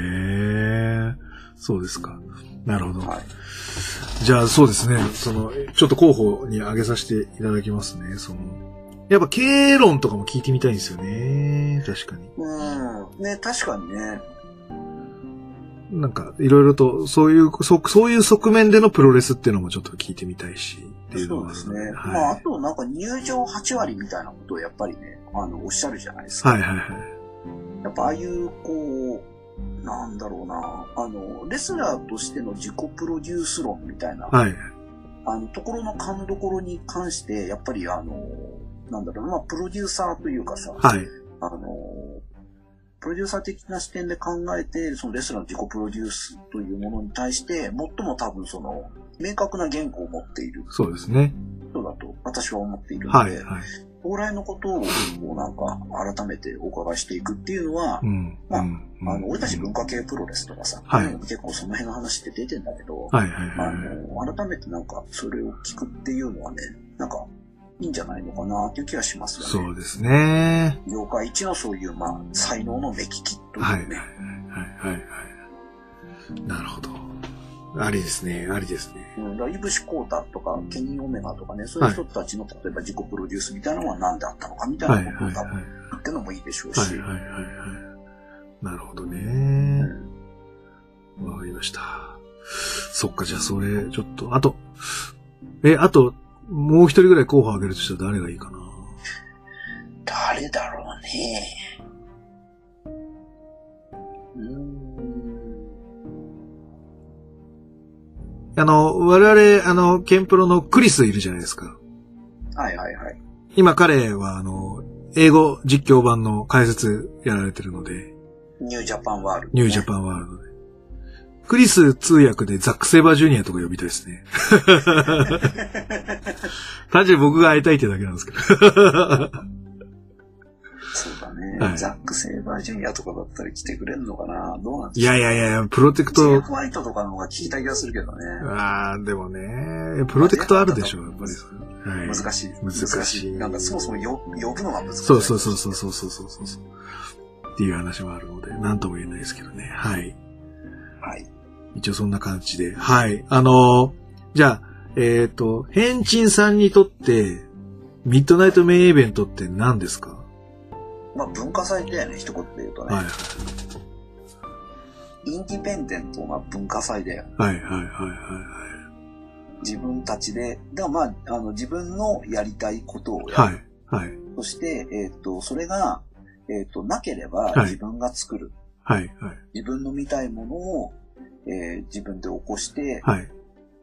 そうですか。なるほど。はい、じゃあそうですね。ちょっと候補に挙げさせていただきますね。やっぱ経営論とかも聞いてみたいんですよね。確かに。 ね、確かにね。 なんか、いろいろと、そういう側面でのプロレスっていうのもちょっと聞いてみたいし、っていうのは。 そうですね。はい、まあ、あとなんか入場8割みたいなことをやっぱりね、おっしゃるじゃないですか。 はいはいはい。 やっぱああいう、なんだろうな、レスラーとしての自己プロデュース論みたいな、はい、ところの勘どころに関して、やっぱりなんだろうな、プロデューサーというかさ、はい、プロデューサー的な視点で考えて、そのレスラーの自己プロデュースというものに対して、最も多分明確な言語を持っている。 そうですね。 人だと私は思っているので、はいはい、将来のことをなんか改めてお伺いしていくっていうのは、まあ、俺たち文化系プロレスとかさ、はい、結構その辺の話って出てんだけど、はいはいはい、改めてなんかそれを聞くっていうのはね、なんかいいんじゃないのかなっていう気がしますよね。 そうですね。 業界一のそういう、まあ、才能の目利きというね。はいはいはいはい。 なるほど。ありですね、ありですね。 イブシ・コータとか、ケニー・オメガとかね、そういう人たちの、例えば自己プロデュースみたいなのは何であったのかみたいなことを多分言ってのもいいでしょうし。はいはいはいはい。 なるほどね。わかりました。そっか、じゃあそれ、ちょっと、あと、もう一人ぐらい候補挙げるとしたら誰がいいかな。 誰だろうね。 我々、ケンプロのクリスいるじゃないですか。 はいはいはい。 今彼は、英語実況版の解説やられてるので。 ニュージャパンワールド、ね。 ニュージャパンワールドで。クリス通訳でザック・セイバージュニアとか呼びたいですね。単純に僕が会いたいってだけなんですけど。 はい、 ザック・セイバージュニアとかだったり来てくれるのかな、どうなんですか。いや、プロテクト。 ジェフ・ホワイトとかの方が聞いた気がするけどね。 でもね、プロテクトあるでしょ、やっぱり。 はい、難しい。なんかそもそも呼ぶのが難しい。 そう。っていう話もあるので、なんとも言えないですけどね。はい。 はい。 一応そんな感じで。はい。じゃあ、ヘンチンさんにとって、ミッドナイトメインイベントって何ですか？ まあ文化祭だよね、一言で言うとね。はい。インディペンデントな文化祭だよ。 はい。 自分たちで、でもまあ、自分のやりたいことをやる。 はい。 そして、それが、なければ自分が作る。 はい。 自分の見たいものを、自分で起こして、 はい。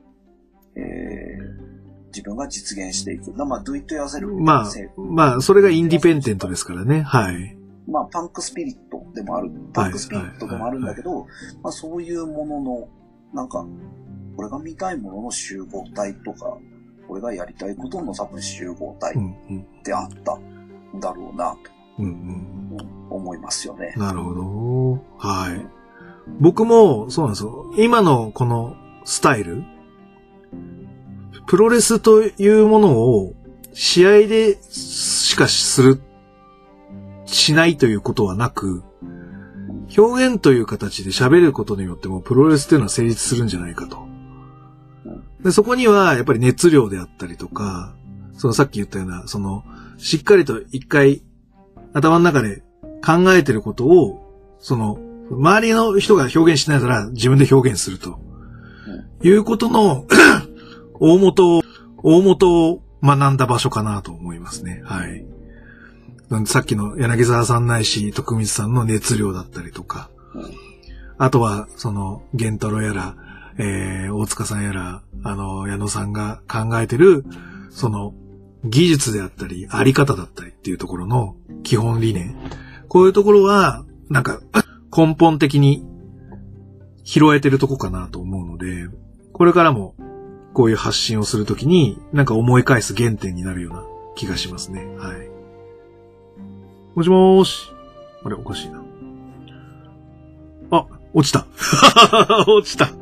自分が実現していく。まあ、do it yourself。 まあ、それがインディペンデントですからね。はい。 まあ、パンクスピリットでもある。パンクスピリットでもあるんだけど、まあ、そういうものの、なんか、俺が見たいものの集合体とか、俺がやりたいことの多分集合体であったんだろうな、と思いますよね。 なるほど。はい。僕も、そうなんですよ。今のこのスタイル、プロレスというものを試合でしかしないということはなく、表現という形で喋ることによってもプロレスというのは成立するんじゃないかと。で、そこにはやっぱり熱量であったりとか、さっき言ったような、しっかりと一回頭の中で考えてることを、周りの人が表現しないなら自分で表現すると。いうことの大元を学んだ場所かなと思いますね。はい。さっきの柳沢さんないし、徳光さんの熱量だったりとか、あとは、玄太郎やら、大塚さんやら、矢野さんが考えてる、技術であったり、あり方だったりっていうところの基本理念。こういうところは、なんか、根本的に拾えてるとこかなと思うので、これからも、こういう発信をするときに、なんか思い返す原点になるような気がしますね。はい。もしもーし。あれ、おかしいな。あ、落ちた。落ちた。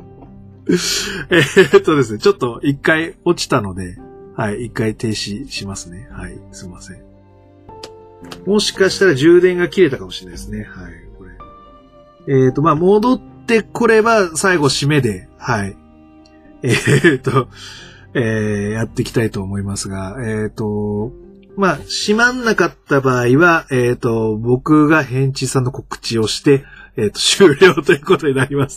ですね、ちょっと一回落ちたので、はい、一回停止しますね。はい、すいません。もしかしたら充電が切れたかもしれないですね。はい、これ。まあ、戻ってこれば最後締めで、はい。やっていきたいと思いますが、まあ、閉まんなかった場合は、僕がヘンチさんの告知をして、終了ということになります。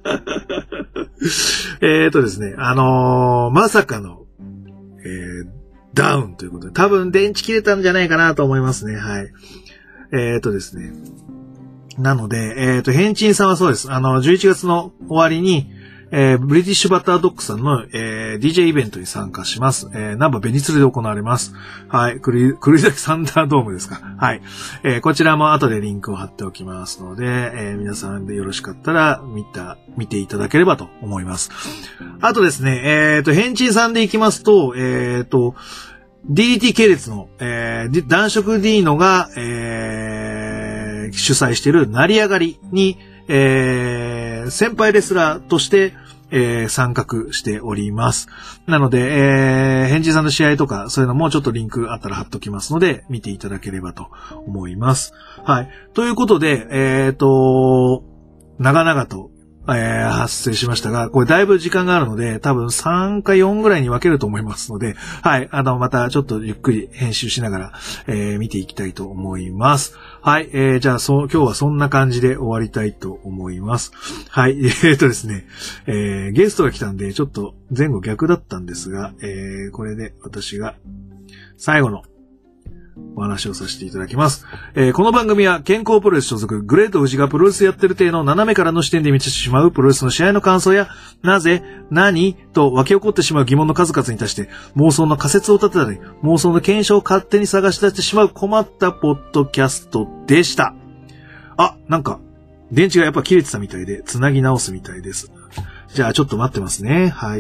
ですね、まさかの、ダウンということで、多分電池切れたんじゃないかなと思いますね。はい。ですね。なので、ヘンチンさんはそうです。11月の終わりに、ブリティッシュバタードッグさんの、DJ イベントに参加します。ナンバーベニツルで行われます。はい。栗崎サンダードームですか。はい。こちらも後でリンクを貼っておきますので、皆さんでよろしかったら見ていただければと思います。あとですね、ヘンチンさんで行きますと、DDT 系列の、男色ディーノが、主催している成り上がりに、先輩レスラーとして、参画しております。なので、ヘンジさんの試合とか、そういうのもちょっとリンクあったら貼っときますので、見ていただければと思います。はい。ということで、長々と、発生しましたが、これだいぶ時間があるので、多分3か4ぐらいに分けると思いますので、はい、またちょっとゆっくり編集しながら、見ていきたいと思います。はい、じゃあ今日はそんな感じで終わりたいと思います。はい、ですね、ゲストが来たんで、ちょっと前後逆だったんですが、これで私が最後のお話をさせていただきます。この番組は健康プロレス所属グレート富士がプロレスやってる体の斜めからの視点で見てしまうプロレスの試合の感想やなぜ、何と湧き起こってしまう疑問の数々に対して妄想の仮説を立てたり妄想の検証を勝手に探し出してしまう困ったポッドキャストでした。あ、なんか電池がやっぱ切れてたみたいで繋ぎ直すみたいです。じゃあちょっと待ってますね。はい。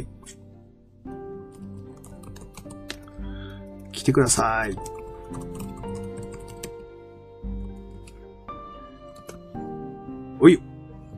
来てください。 おい。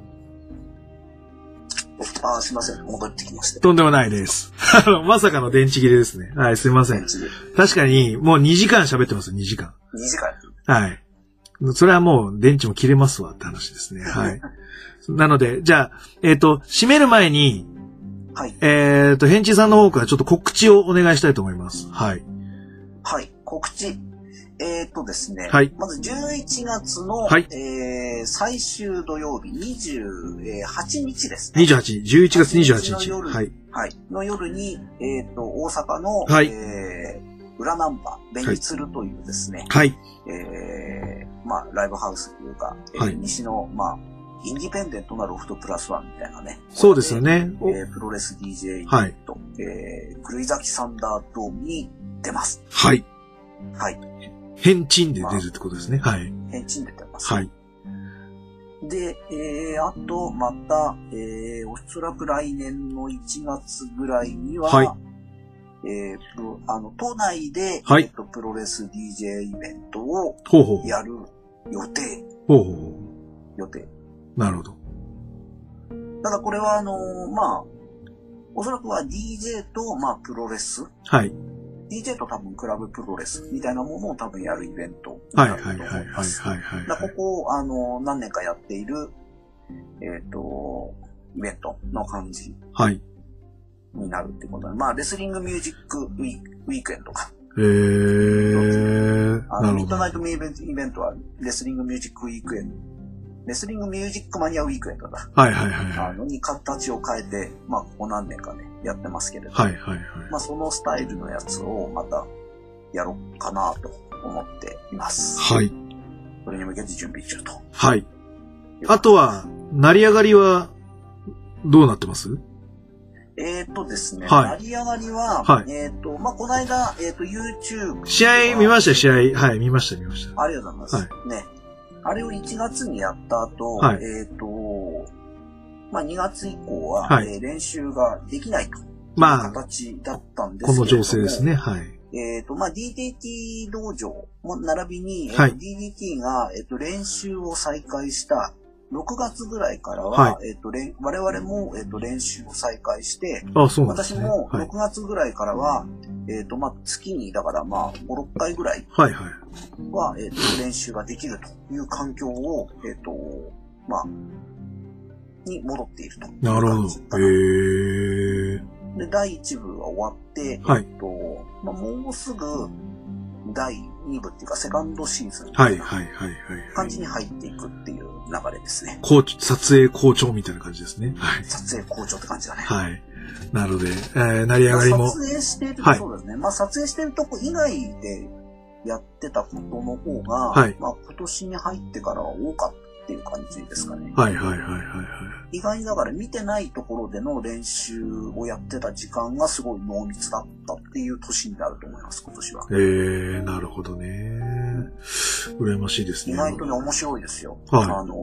すいません。戻ってきました。 とんでもないです。まさかの電池切れですね。はい、すいません。確かに、もう2時間喋ってます、2時間。 2時間はい。それはもう電池も切れますわって話ですね。はい。なので、じゃあ、締める前に、 はい。 ヘンチさんの方からちょっと告知をお願いしたいと思います。はい。 はい。告知。ですね。 はい。 まず11月の、 はい。 最終土曜日28日ですね。 11月28日。 はい。はい。の夜に、大阪の、 はい。 裏ナンバー、ベニツルというですね。 はい。 まあ、ライブハウスというか、 はい。 西の、まあ、インディペンデントなロフトプラスワンみたいなね。 そうですよね。 プロレス DJ イベント、はい。狂い咲きサンダードームに出ます。 はい。 はい。 変賃で出るってことですね。はい。 変賃で出ます。 はい。 で、あと、また、おそらく来年の1月ぐらいには、はい。都内で、はい。プロレス DJ イベントをやる予定。予定。 なるほど。 ただこれはまあ、おそらくは DJ と、まあ、プロレス。 はい。 DJ と多分クラブプロレスみたいなものを多分やるイベントになると思います。はい。ここ、何年かやっている、イベントの感じ。はい。になるってことで。まあ、レスリングミュージックウィークエンドか。ミッドナイトイベントはレスリングミュージックウィークエンド。レスリングミュージックマニアウィークエンドだ。はい。に形を変えて、まあ、ここ何年かね、やってますけれど。はい。まあ、そのスタイルのやつをまたやろうかなと思っています。はい。それに向けて準備中と。はい。 あとは、成り上がりは、どうなってます？ ですね。はい。成り上がりは、はい。まあ、この間、YouTube。 試合見ました、試合。はい、見ました。 ありがとうございます。はい。ね。あれを1月にやった後、はい、まあ、2月以降は、はい、練習ができないという形だったんですけども、この情勢ですね。はい。 まあ、DDT 道場も並びに、はい、DDT が、練習を再開した6月ぐらいからは、はい、我々も、練習を再開して、そうなんですね、私も6月ぐらいからは、まあ、月に、だからまあ、5、6回ぐらいは、練習ができるという環境を、まあ、に戻っているという感じかな。なるほど。で、第1部が終わって、はい、まあ、もうすぐ、第2部っていうか、セカンドシーズンみたいな感じに入っていくっていう流れですね。 撮影好調みたいな感じですね。はい。 撮影好調って感じだね。 はい。なので、成り上がりも。 撮影していると、そうですね。まあ、撮影しているとこ以外でやってたことの方が、はい、まあ、今年に入ってからは多かったっていう感じですかね。はい。意外にだから見てないところでの練習をやってた時間がすごい濃密だったっていう年になると思います、今年は。なるほどね。羨ましいですね。意外とね、面白いですよ。はい。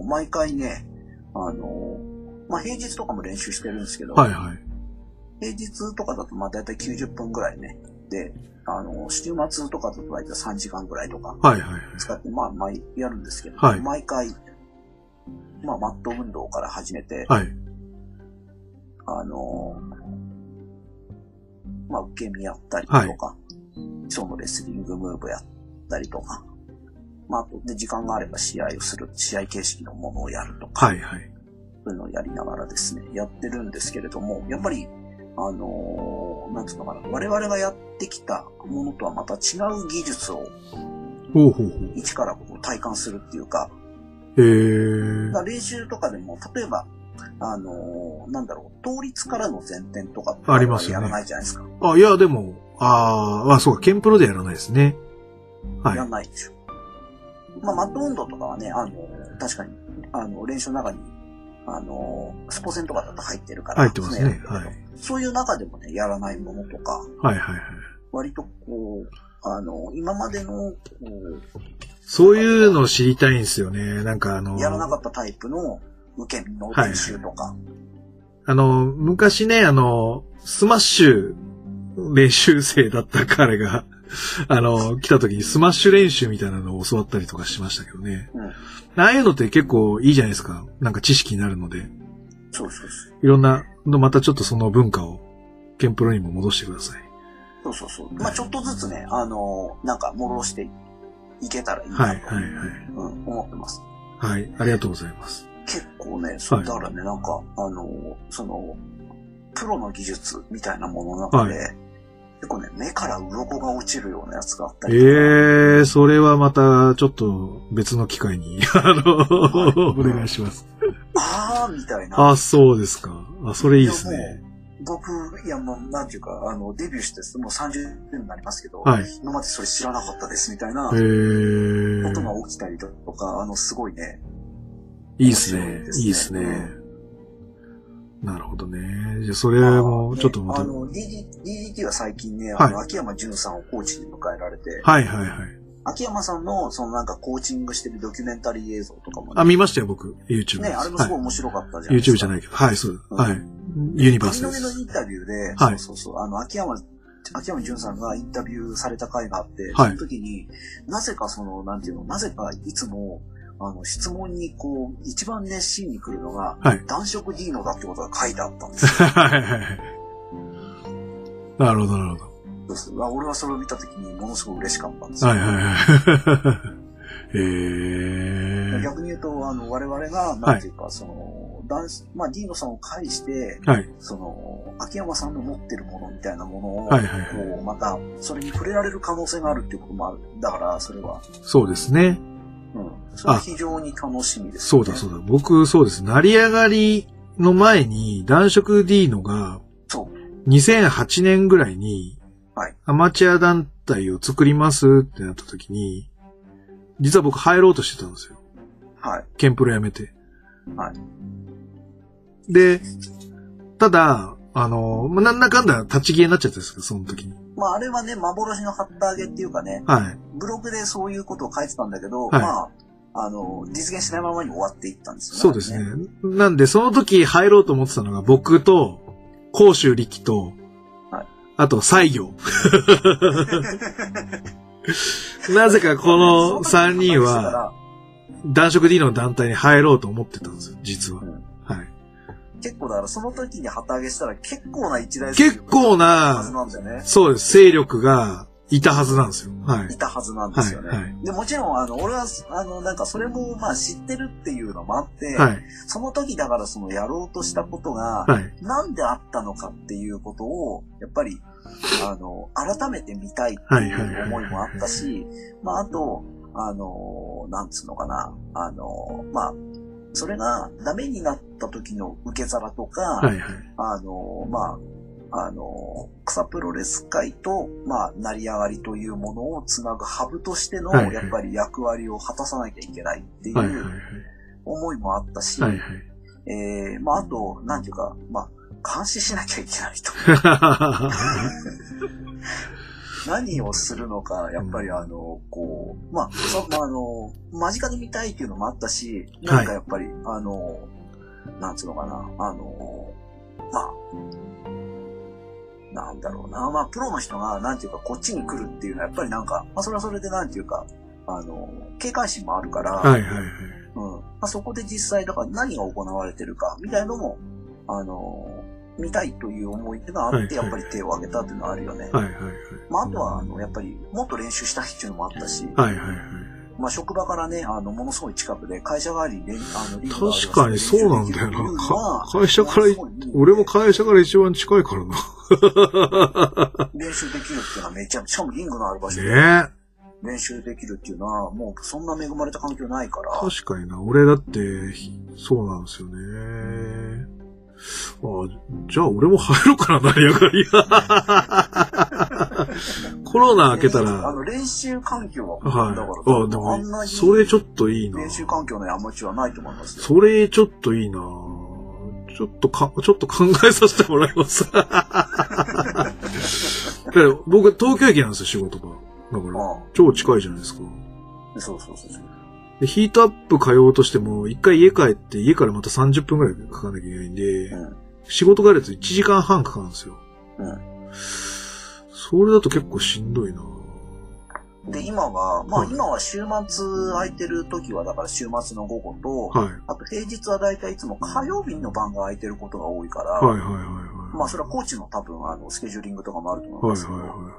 毎回ね、まあ、平日とかも練習してるんですけど、はい。平日とかだとまあ大体90分ぐらいね。で、週末とかだと大体3時間ぐらいとか使って、まあ、やるんですけど、はい、毎回、まあ、マット運動から始めて、はい、まあ、受け身やったりとか、はい、基礎のレスリングムーブやったりとか、まあ、あとで時間があれば試合をする、試合形式のものをやるとか、はいはい、そういうのをやりながらですね、やってるんですけれども、やっぱり、なんつうのかな、我々がやってきたものとはまた違う技術を、一からこう体感するっていうか、練習とかでも、例えば、なんだろう、倒立からの前転とかってやらないじゃないですか。 いや、でも、そうか、ケンプロでやらないですね。 はい。やらないでしょ。まあ、マット運動とかはね、確かに、練習の中に、スポセンとかだと入ってるから。 入ってますね。はい。 そういう中でもね、やらないものとか。はい。割とこう、今までの、 そういうのを知りたいんですよね。なんかやらなかったタイプの受け身の練習とか。 昔ね、スマッシュ練習生だった彼が、 来た時にスマッシュ練習みたいなのを教わったりとかしましたけどね。ああいうのって結構いいじゃないですか。なんか知識になるので。 そうそうそう。 いろんな、またちょっとその文化を、ケンプロにも戻してください。 そうそうそう。まあちょっとずつね、なんか戻していけたらいいなと、はいはいはい。思ってます。 はい、ありがとうございます。 結構ね、そうだからね、なんか、プロの技術みたいなものの中で、結構ね、目から鱗が落ちるようなやつがあったりそれはまた、ちょっと別の機会に、お願いします。 みたいな。 そうですか。それいいですね。 僕、もう、なんていうか、デビューしてもう30年になりますけど、今までそれ知らなかったですみたいな、ことが起きたりとか、すごいね。 いいですね。いいですね。なるほどね。じゃあ、それも、ちょっとまた。 DDT は最近ね、秋山純さんをコーチに迎えられて、 はいはいはい。 秋山さんの、なんかコーチングしてるドキュメンタリー映像とかもね。見ましたよ、僕。YouTube。 ね、あれもすごい面白かったじゃないですか。 YouTube じゃないけど。はい、そうです。はい。ユニバースです。 のインタビューで、秋山純さんがインタビューされた回があって、その時に、なぜかなぜかいつも、質問に一番熱心に来るのが、男色ディーノだってことが書いてあったんですよ。はいはいはい。なるほど、なるほど。そうそう。俺はそれを見たときにものすごく嬉しかったんですよ。はいはいはい。逆に言うと、我々が、なんていうか、ディーノさんを介して、秋山さんの持ってるものみたいなものを、また、それに触れられる可能性があるっていうこともある。だから、それは。そうですね。それは非常に楽しみです、ね。そうだそうだ。僕、そうです。成り上がりの前に、男色 D のが、2008年ぐらいに、アマチュア団体を作りますってなった時に、実は僕入ろうとしてたんですよ。ケンプロやめて。で、ただ、なんだかんだ立ち消えになっちゃったんですけど、その時に。あれはね、幻の旗揚げっていうかね、ブログでそういうことを書いてたんだけど、実現しないままに終わっていったんですよね。そうですね。なんで、その時入ろうと思ってたのが、僕と、甲州力と、あと、西行。なぜかこの3人は、男色 D の団体に入ろうと思ってたんですよ、実は。結構だからその時に旗揚げしたら結構な一大勢力がいたはずなんだよね。そうです。勢力がいたはずなんですよ。いたはずなんですよね。で、もちろん、俺は、なんかそれも、知ってるっていうのもあって、その時だからやろうとしたことが、なんであったのかっていうことを、やっぱり、改めて見たいっていう思いもあったし、あと、なんつうのかな、それがダメになった時の受け皿とか、草プロレス界と、成り上がりというものをつなぐハブとしての、やっぱり役割を果たさなきゃいけないっていう思いもあったし、あと、なんていうか、監視しなきゃいけないと。何をするのか、やっぱり間近で見たいっていうのもあったし、なんかやっぱり、なんつうのかな、なんだろうな、プロの人が、なんていうか、こっちに来るっていうのは、やっぱりなんか、それはそれでなんていうか、警戒心もあるから、そこで実際、だから何が行われてるか、みたいのも、見たいという思いがあって、やっぱり手を挙げたっていうのはあるよね。あとは、やっぱり、もっと練習したいっていうのもあったし、職場からね、ものすごい近くで、会社帰りに確かにそうなんだよな。会社から、俺も会社から一番近いからな。練習できるっていうのはめちゃ、しかもリングのある場所で。練習できるっていうのは、もうそんな恵まれた環境ないから。確かにな。俺だって、そうなんですよね。じゃあ俺も入ろうかな、成り上がり。コロナ明けたら。練習環境は、だから、でも、それちょっといいな。練習環境のアマチュアはないと思いますよ。それちょっといいな。ちょっと考えさせてもらいます。僕、東京駅なんですよ、仕事が。だから、超近いじゃないですか。そう。で、ヒートアップ通おうとしても、一回家帰って、家からまた30分くらいかかなきゃいけないんで、仕事帰ると1時間半かかるんですよ。それだと結構しんどいな。 で、今は週末空いてる時は、だから週末の午後と、 はい、あと平日はだいたいいつも火曜日の晩が空いてることが多いから、 はいはいはいはい、 まあそれはコーチの多分スケジューリングとかもあると思いますけど、はいはいはい、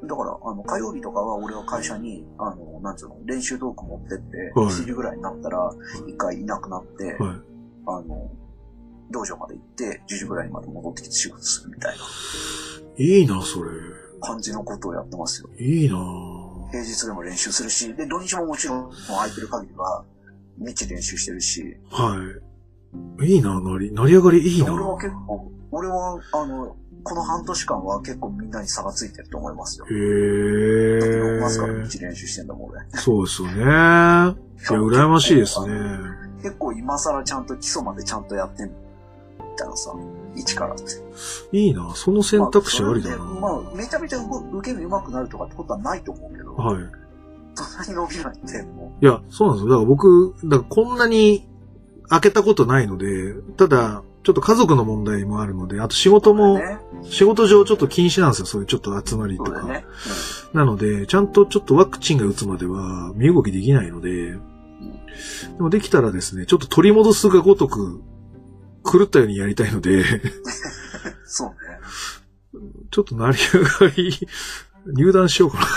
だから火曜日とかは俺は会社になんつうの練習道具持ってって、はい、7時ぐらいになったら一回いなくなって、はい、道場まで行って10時ぐらいまで戻ってきて仕事するみたいな。 いいなそれ。 感じのことをやってますよ。 いいな平日でも練習するし、で、土日ももちろん空いてる限りは、めっちゃ練習してるし。 はい。いいな成り上がりいいな俺はこの半年間は結構みんなに差がついてると思いますよ。 へぇー。 だって6月からめっちゃ練習してんだもん俺。 そうですよね。いや、羨ましいですね。 結構今更ちゃんと基礎までちゃんとやってみたらさ、一からって。 いいなその選択肢ありだな。 まあ、めちゃめちゃ受け身上手くなるとかってことはないと思うけど。はい。そんなに伸びないってもう。いや、そうなんですよ。だから僕、こんなに開けたことないので、ただ、ちょっと家族の問題もあるので、あと仕事も、仕事上ちょっと禁止なんですよ。そういうちょっと集まりとか。ねなので、ちゃんとちょっとワクチンが打つまでは身動きできないので、でもできたらですね、ちょっと取り戻すがごとく、狂ったようにやりたいので、 そうね。 ちょっと成り上がり、入団しようかな。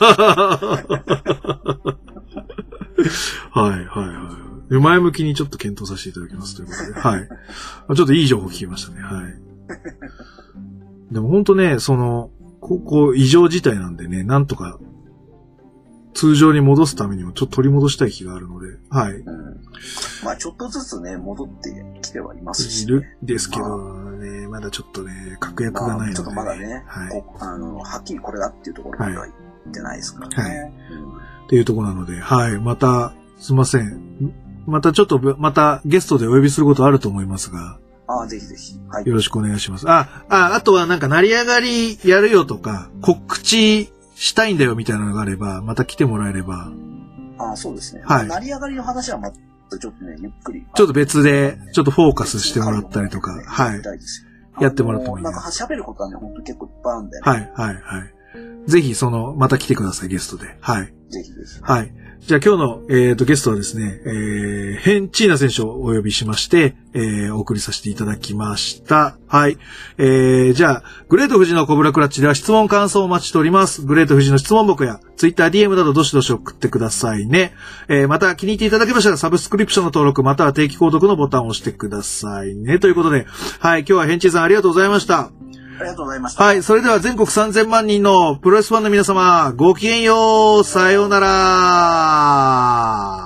はい、はい、はい。前向きにちょっと検討させていただきますということで。はい。ちょっといい情報聞きましたね。はい。でも本当ね、ここ異常事態なんでね、なんとか通常に戻すためにもちょっと取り戻したい気があるので、はい。 まあちょっとずつね、戻ってきてはいますし、 ね。いるんですけどね、まだちょっとね、確約がないので、ね。 ちょっとまだね、はい、はっきりこれだっていうところまでは言ってないですからね。はい。 っていうところなので、はい。また、すいません。またちょっと、またゲストでお呼びすることあると思いますが。 ぜひぜひ。はい。 よろしくお願いします。あとはなんか成り上がりやるよとか、告知したいんだよみたいなのがあれば、また来てもらえれば。 そうですね。 はい。 成り上がりの話はまたちょっとね、ゆっくり。 ちょっと別で、ちょっとフォーカスしてもらったりとか、はい。やってもらってもいいです。 なんか喋ることはね、ほんと結構いっぱいあるんで、ね。 はい、はい、はい。ぜひ、また来てください、ゲストで。はい。 ぜひぜひ。 はい。じゃあ今日の、ゲストはですね、ヘンチーナ選手をお呼びしまして、お送りさせていただきました。はい。じゃあ、グレート富士のコブラクラッチでは質問感想をお待ちしております。グレート富士の質問箱や、ツイッター DM などどしどし送ってくださいね。また気に入っていただけましたら、サブスクリプションの登録、または定期購読のボタンを押してくださいね。ということで、はい、今日はヘンチーさんありがとうございました。 ありがとうございました。 はい。それでは全国3000万人のプロレスファンの皆様、ごきげんよう。さようなら。